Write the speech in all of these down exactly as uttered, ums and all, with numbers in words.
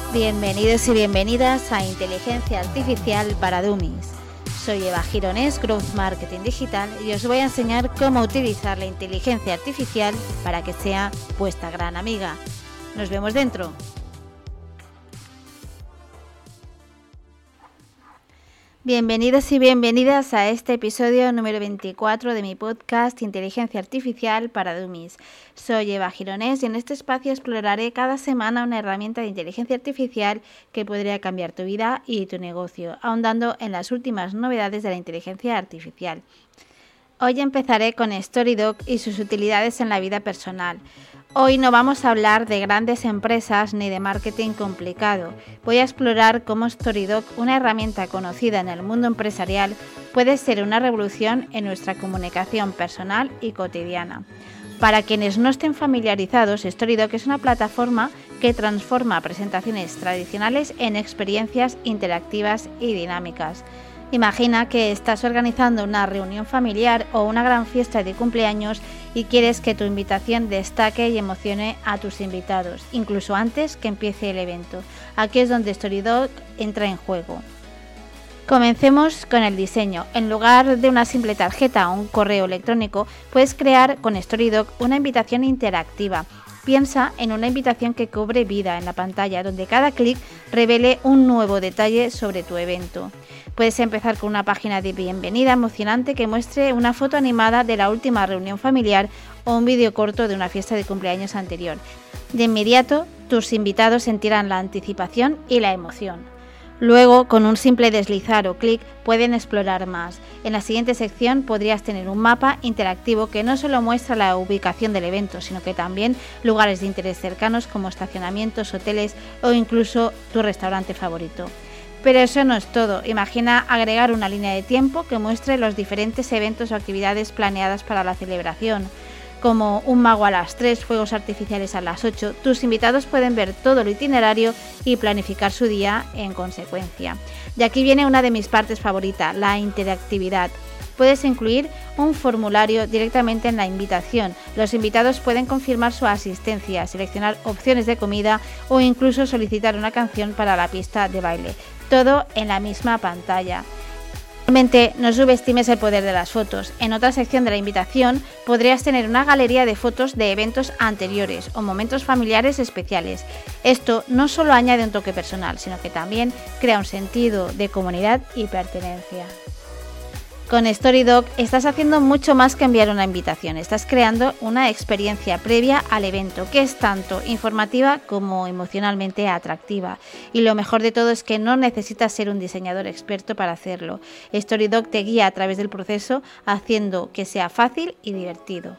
Bienvenidos y bienvenidas a Inteligencia Artificial para Dummies. Soy Eva Gironés, Growth Marketing Digital, y os voy a enseñar cómo utilizar la inteligencia artificial para que sea vuestra gran amiga. Nos vemos dentro. Bienvenidos y bienvenidas a este episodio número veinticuatro de mi podcast Inteligencia Artificial para Dummies. Soy Eva Gironés y en este espacio exploraré cada semana una herramienta de inteligencia artificial que podría cambiar tu vida y tu negocio, ahondando en las últimas novedades de la inteligencia artificial. Hoy empezaré con StoryDoc y sus utilidades en la vida personal. Hoy no vamos a hablar de grandes empresas ni de marketing complicado. Voy a explorar cómo StoryDoc, una herramienta conocida en el mundo empresarial, puede ser una revolución en nuestra comunicación personal y cotidiana. Para quienes no estén familiarizados, StoryDoc es una plataforma que transforma presentaciones tradicionales en experiencias interactivas y dinámicas. Imagina que estás organizando una reunión familiar o una gran fiesta de cumpleaños y quieres que tu invitación destaque y emocione a tus invitados, incluso antes que empiece el evento. Aquí es donde StoryDoc entra en juego. Comencemos con el diseño. En lugar de una simple tarjeta o un correo electrónico, puedes crear con StoryDoc una invitación interactiva. Piensa en una invitación que cobre vida en la pantalla, donde cada clic revele un nuevo detalle sobre tu evento. Puedes empezar con una página de bienvenida emocionante que muestre una foto animada de la última reunión familiar o un vídeo corto de una fiesta de cumpleaños anterior. De inmediato, tus invitados sentirán la anticipación y la emoción. Luego, con un simple deslizar o clic, pueden explorar más. En la siguiente sección podrías tener un mapa interactivo que no solo muestra la ubicación del evento, sino que también lugares de interés cercanos como estacionamientos, hoteles o incluso tu restaurante favorito. Pero eso no es todo. Imagina agregar una línea de tiempo que muestre los diferentes eventos o actividades planeadas para la celebración, como un mago a las tres, fuegos artificiales a las ocho. Tus invitados pueden ver todo el itinerario y planificar su día en consecuencia. Y aquí viene una de mis partes favoritas, la interactividad. Puedes incluir un formulario directamente en la invitación. Los invitados pueden confirmar su asistencia, seleccionar opciones de comida o incluso solicitar una canción para la pista de baile. Todo en la misma pantalla. Realmente no subestimes el poder de las fotos. En otra sección de la invitación podrías tener una galería de fotos de eventos anteriores o momentos familiares especiales. Esto no solo añade un toque personal, sino que también crea un sentido de comunidad y pertenencia. Con StoryDoc estás haciendo mucho más que enviar una invitación, estás creando una experiencia previa al evento que es tanto informativa como emocionalmente atractiva. Y lo mejor de todo es que no necesitas ser un diseñador experto para hacerlo. StoryDoc te guía a través del proceso haciendo que sea fácil y divertido.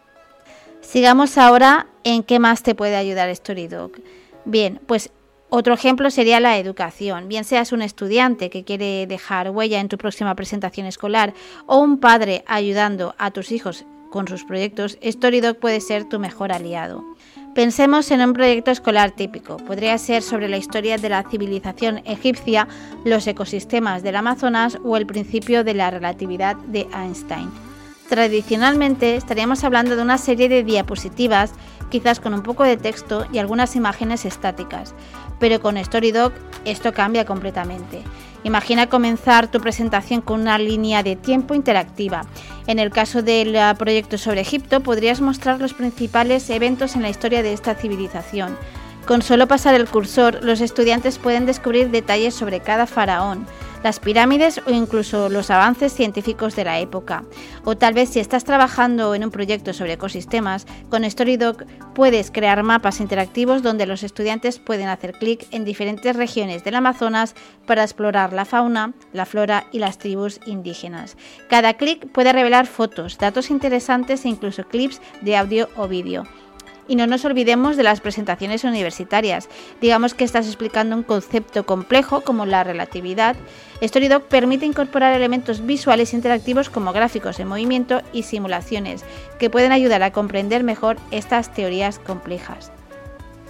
Sigamos ahora en qué más te puede ayudar StoryDoc. Bien, pues otro ejemplo sería la educación. Bien seas un estudiante que quiere dejar huella en tu próxima presentación escolar o un padre ayudando a tus hijos con sus proyectos, StoryDoc puede ser tu mejor aliado. Pensemos en un proyecto escolar típico. Podría ser sobre la historia de la civilización egipcia, los ecosistemas del Amazonas o el principio de la relatividad de Einstein. Tradicionalmente estaríamos hablando de una serie de diapositivas, quizás con un poco de texto y algunas imágenes estáticas. Pero con StoryDoc esto cambia completamente. Imagina comenzar tu presentación con una línea de tiempo interactiva. En el caso del proyecto sobre Egipto, podrías mostrar los principales eventos en la historia de esta civilización. Con solo pasar el cursor, los estudiantes pueden descubrir detalles sobre cada faraón, las pirámides o incluso los avances científicos de la época. O tal vez si estás trabajando en un proyecto sobre ecosistemas, con StoryDoc puedes crear mapas interactivos donde los estudiantes pueden hacer clic en diferentes regiones del Amazonas para explorar la fauna, la flora y las tribus indígenas. Cada clic puede revelar fotos, datos interesantes e incluso clips de audio o vídeo. Y no nos olvidemos de las presentaciones universitarias. Digamos que estás explicando un concepto complejo como la relatividad. StoryDoc permite incorporar elementos visuales interactivos como gráficos en movimiento y simulaciones que pueden ayudar a comprender mejor estas teorías complejas.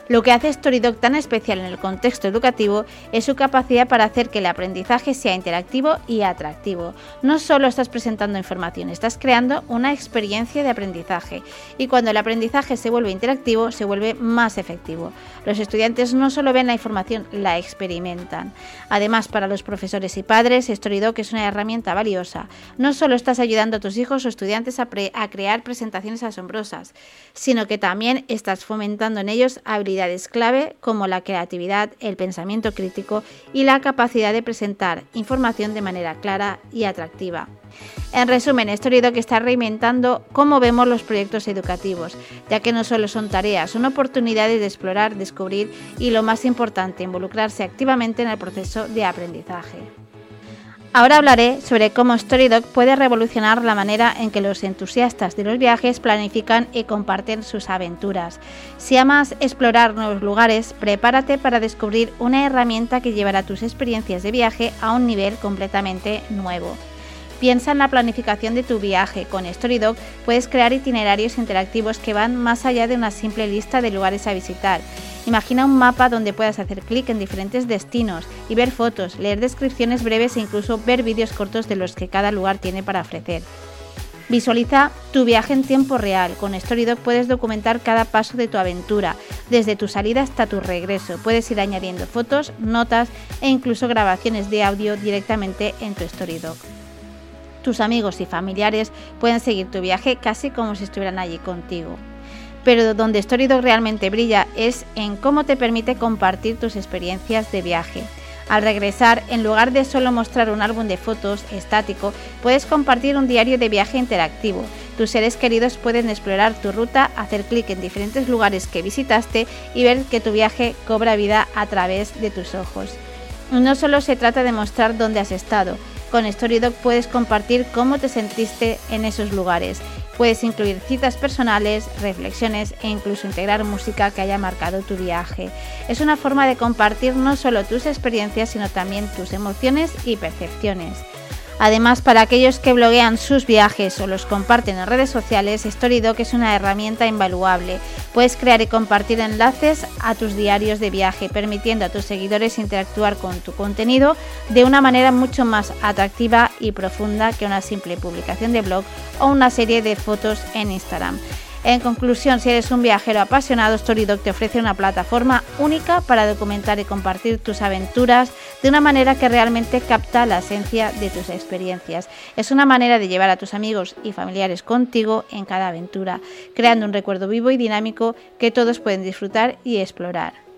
Lo que hace Storydoc tan especial en el contexto educativo es su capacidad para hacer que el aprendizaje sea interactivo y atractivo. No solo estás presentando información, estás creando una experiencia de aprendizaje, y cuando el aprendizaje se vuelve interactivo, se vuelve más efectivo. Los estudiantes no solo ven la información, la experimentan. Además, para los profesores y padres, Storydoc es una herramienta valiosa. No solo estás ayudando a tus hijos o estudiantes a, pre- a crear presentaciones asombrosas, sino que también estás fomentando en ellos habilidades clave como la creatividad, el pensamiento crítico y la capacidad de presentar información de manera clara y atractiva. En resumen, Storydoc está reinventando cómo vemos los proyectos educativos, ya que no solo son tareas, son oportunidades de explorar, descubrir y, lo más importante, involucrarse activamente en el proceso de aprendizaje. Ahora hablaré sobre cómo Storydoc puede revolucionar la manera en que los entusiastas de los viajes planifican y comparten sus aventuras. Si amas explorar nuevos lugares, prepárate para descubrir una herramienta que llevará tus experiencias de viaje a un nivel completamente nuevo. Piensa en la planificación de tu viaje. Con Storydoc puedes crear itinerarios interactivos que van más allá de una simple lista de lugares a visitar. Imagina un mapa donde puedas hacer clic en diferentes destinos y ver fotos, leer descripciones breves e incluso ver vídeos cortos de los que cada lugar tiene para ofrecer. Visualiza tu viaje en tiempo real. Con Storydoc puedes documentar cada paso de tu aventura, desde tu salida hasta tu regreso. Puedes ir añadiendo fotos, notas e incluso grabaciones de audio directamente en tu Storydoc. Tus amigos y familiares pueden seguir tu viaje casi como si estuvieran allí contigo. Pero donde Storydoc realmente brilla es en cómo te permite compartir tus experiencias de viaje. Al regresar, en lugar de solo mostrar un álbum de fotos estático, puedes compartir un diario de viaje interactivo. Tus seres queridos pueden explorar tu ruta, hacer clic en diferentes lugares que visitaste y ver que tu viaje cobra vida a través de tus ojos. No solo se trata de mostrar dónde has estado. Con Storydoc puedes compartir cómo te sentiste en esos lugares. Puedes incluir citas personales, reflexiones e incluso integrar música que haya marcado tu viaje. Es una forma de compartir no solo tus experiencias, sino también tus emociones y percepciones. Además, para aquellos que bloguean sus viajes o los comparten en redes sociales, Storydoc es una herramienta invaluable. Puedes crear y compartir enlaces a tus diarios de viaje, permitiendo a tus seguidores interactuar con tu contenido de una manera mucho más atractiva y profunda que una simple publicación de blog o una serie de fotos en Instagram. En conclusión, si eres un viajero apasionado, Storydoc te ofrece una plataforma única para documentar y compartir tus aventuras de una manera que realmente capta la esencia de tus experiencias. Es una manera de llevar a tus amigos y familiares contigo en cada aventura, creando un recuerdo vivo y dinámico que todos pueden disfrutar y explorar.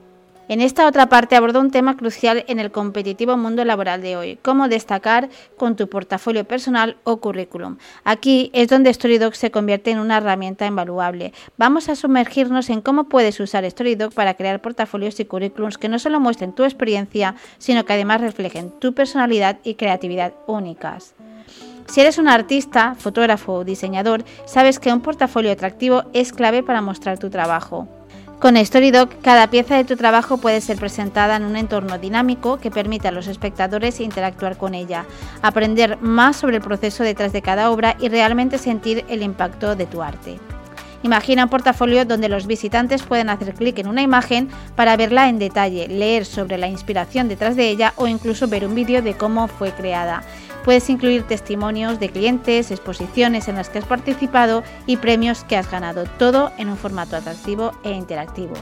En esta otra parte abordo un tema crucial en el competitivo mundo laboral de hoy: cómo destacar con tu portafolio personal o currículum. Aquí es donde Storydoc se convierte en una herramienta invaluable. Vamos a sumergirnos en cómo puedes usar Storydoc para crear portafolios y currículums que no solo muestren tu experiencia, sino que además reflejen tu personalidad y creatividad únicas. Si eres un artista, fotógrafo o diseñador, sabes que un portafolio atractivo es clave para mostrar tu trabajo. Con Storydoc, cada pieza de tu trabajo puede ser presentada en un entorno dinámico que permite a los espectadores interactuar con ella, aprender más sobre el proceso detrás de cada obra y realmente sentir el impacto de tu arte. Imagina un portafolio donde los visitantes pueden hacer clic en una imagen para verla en detalle, leer sobre la inspiración detrás de ella o incluso ver un vídeo de cómo fue creada. Puedes incluir testimonios de clientes, exposiciones en las que has participado y premios que has ganado, todo en un formato atractivo e interactivo.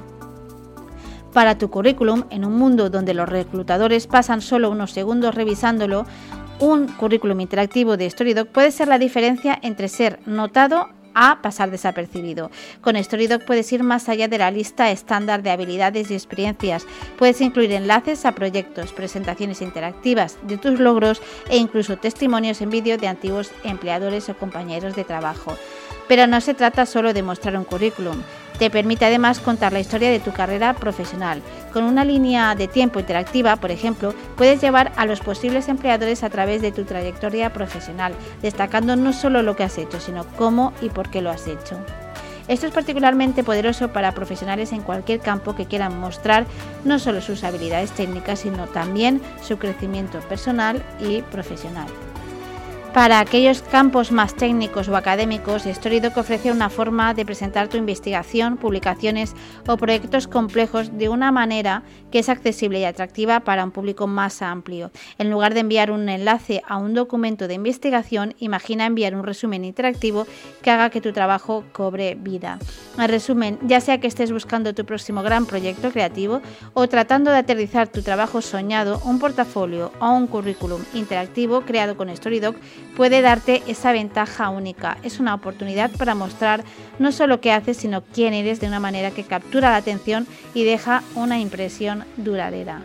Para tu currículum, en un mundo donde los reclutadores pasan solo unos segundos revisándolo, un currículum interactivo de Storydoc puede ser la diferencia entre ser notado a pasar desapercibido. Con Storydoc puedes ir más allá de la lista estándar de habilidades y experiencias. Puedes incluir enlaces a proyectos, presentaciones interactivas de tus logros e incluso testimonios en vídeo de antiguos empleadores o compañeros de trabajo. Pero no se trata solo de mostrar un currículum. Te permite además contar la historia de tu carrera profesional. Con una línea de tiempo interactiva, por ejemplo, puedes llevar a los posibles empleadores a través de tu trayectoria profesional, destacando no solo lo que has hecho, sino cómo y por qué lo has hecho. Esto es particularmente poderoso para profesionales en cualquier campo que quieran mostrar no solo sus habilidades técnicas, sino también su crecimiento personal y profesional. Para aquellos campos más técnicos o académicos, StoryDoc ofrece una forma de presentar tu investigación, publicaciones o proyectos complejos de una manera que es accesible y atractiva para un público más amplio. En lugar de enviar un enlace a un documento de investigación, imagina enviar un resumen interactivo que haga que tu trabajo cobre vida. En resumen, ya sea que estés buscando tu próximo gran proyecto creativo o tratando de aterrizar tu trabajo soñado, un portafolio o un currículum interactivo creado con StoryDoc puede darte esa ventaja única. Es una oportunidad para mostrar no solo qué haces, sino quién eres de una manera que captura la atención y deja una impresión duradera.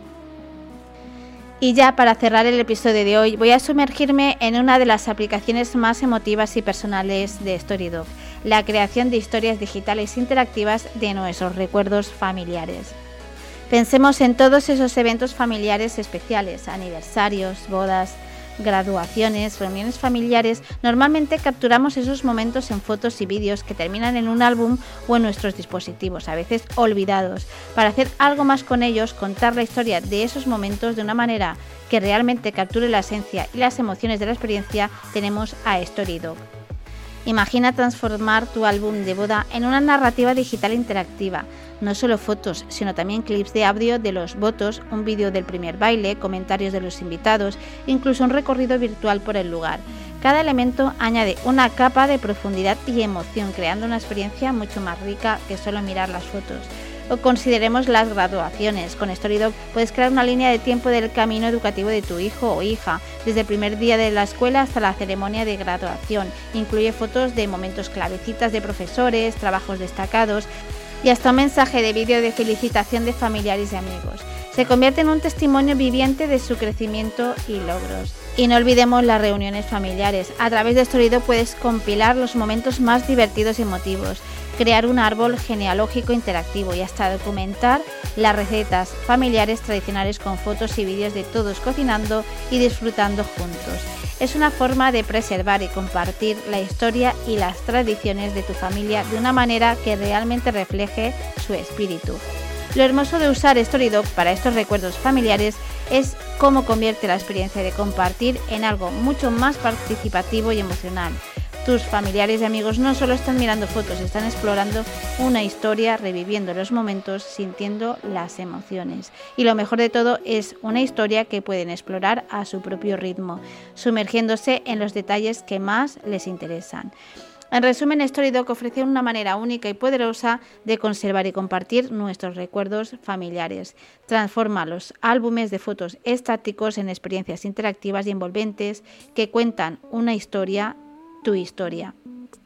Y ya para cerrar el episodio de hoy, voy a sumergirme en una de las aplicaciones más emotivas y personales de StoryDoc, la creación de historias digitales interactivas de nuestros recuerdos familiares. Pensemos en todos esos eventos familiares especiales, aniversarios, bodas, graduaciones, reuniones familiares. Normalmente capturamos esos momentos en fotos y vídeos que terminan en un álbum o en nuestros dispositivos, a veces olvidados. Para hacer algo más con ellos, contar la historia de esos momentos de una manera que realmente capture la esencia y las emociones de la experiencia, tenemos a StoryDoc. Imagina transformar tu álbum de boda en una narrativa digital interactiva. No solo fotos, sino también clips de audio de los votos, un vídeo del primer baile, comentarios de los invitados, incluso un recorrido virtual por el lugar. Cada elemento añade una capa de profundidad y emoción, creando una experiencia mucho más rica que solo mirar las fotos. O consideremos las graduaciones. Con StoryDoc puedes crear una línea de tiempo del camino educativo de tu hijo o hija, desde el primer día de la escuela hasta la ceremonia de graduación. Incluye fotos de momentos clave, citas de profesores, trabajos destacados y hasta un mensaje de vídeo de felicitación de familiares y amigos. Se convierte en un testimonio viviente de su crecimiento y logros. Y no olvidemos las reuniones familiares. A través de StoryDoc puedes compilar los momentos más divertidos y emotivos, crear un árbol genealógico interactivo y hasta documentar las recetas familiares tradicionales con fotos y vídeos de todos cocinando y disfrutando juntos. Es una forma de preservar y compartir la historia y las tradiciones de tu familia de una manera que realmente refleje su espíritu. Lo hermoso de usar StoryDoc para estos recuerdos familiares es cómo convierte la experiencia de compartir en algo mucho más participativo y emocional. Tus familiares y amigos no solo están mirando fotos, están explorando una historia, reviviendo los momentos, sintiendo las emociones. Y lo mejor de todo es una historia que pueden explorar a su propio ritmo, sumergiéndose en los detalles que más les interesan. En resumen, StoryDoc ofrece una manera única y poderosa de conservar y compartir nuestros recuerdos familiares. Transforma los álbumes de fotos estáticos en experiencias interactivas y envolventes que cuentan una historia, tu historia.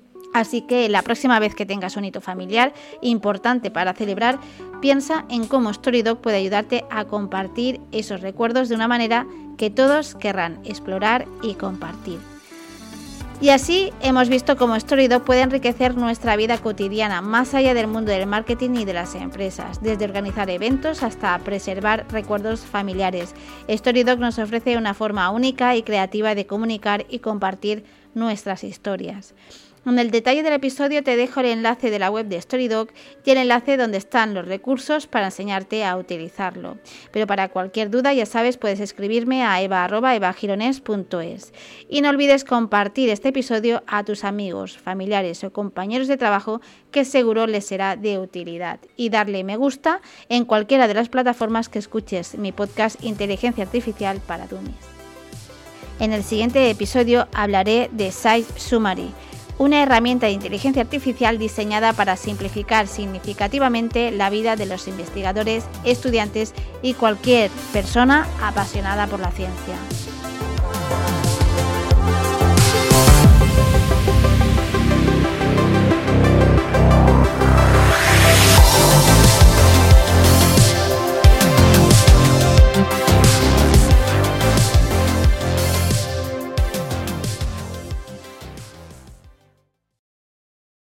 Así que la próxima vez que tengas un hito familiar importante para celebrar, piensa en cómo StoryDoc puede ayudarte a compartir esos recuerdos de una manera que todos querrán explorar y compartir. Y así hemos visto cómo StoryDoc puede enriquecer nuestra vida cotidiana, más allá del mundo del marketing y de las empresas, desde organizar eventos hasta preservar recuerdos familiares. StoryDoc nos ofrece una forma única y creativa de comunicar y compartir nuestras historias. En el detalle del episodio te dejo el enlace de la web de StoryDoc y el enlace donde están los recursos para enseñarte a utilizarlo. Pero para cualquier duda, ya sabes, puedes escribirme a eva arroba evagirones punto es. Y no olvides compartir este episodio a tus amigos, familiares o compañeros de trabajo, que seguro les será de utilidad. Y darle me gusta en cualquiera de las plataformas que escuches mi podcast Inteligencia Artificial para Dummies. En el siguiente episodio hablaré de Site Summary, una herramienta de inteligencia artificial diseñada para simplificar significativamente la vida de los investigadores, estudiantes y cualquier persona apasionada por la ciencia.